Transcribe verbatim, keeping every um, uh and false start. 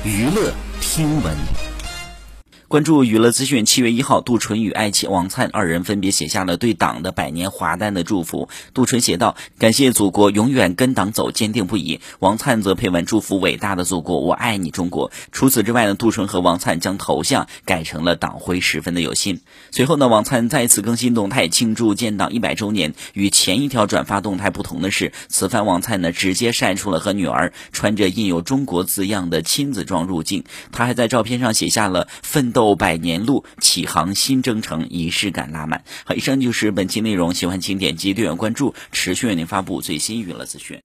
娱乐听闻。 关注娱乐资讯，七月一号，杜淳与爱妻王灿二人分别写下了对党的百年华诞的祝福。杜淳写道：“感谢祖国永远跟党走，坚定不移。”王灿则配文祝福伟大的祖国，我爱你中国。除此之外呢，杜淳和王灿将头像改成了党徽，十分的有心。随后呢，王灿再次更新动态庆祝建党一百周年。与前一条转发动态不同的是，此番王灿呢直接晒出了和女儿穿着印有中国字样的亲子装入镜，他还在照片上写下了奋斗百年路，启航新征程，仪式感拉满。好，以上就是本期内容，喜欢请点击订阅关注，持续为您发布最新娱乐资讯。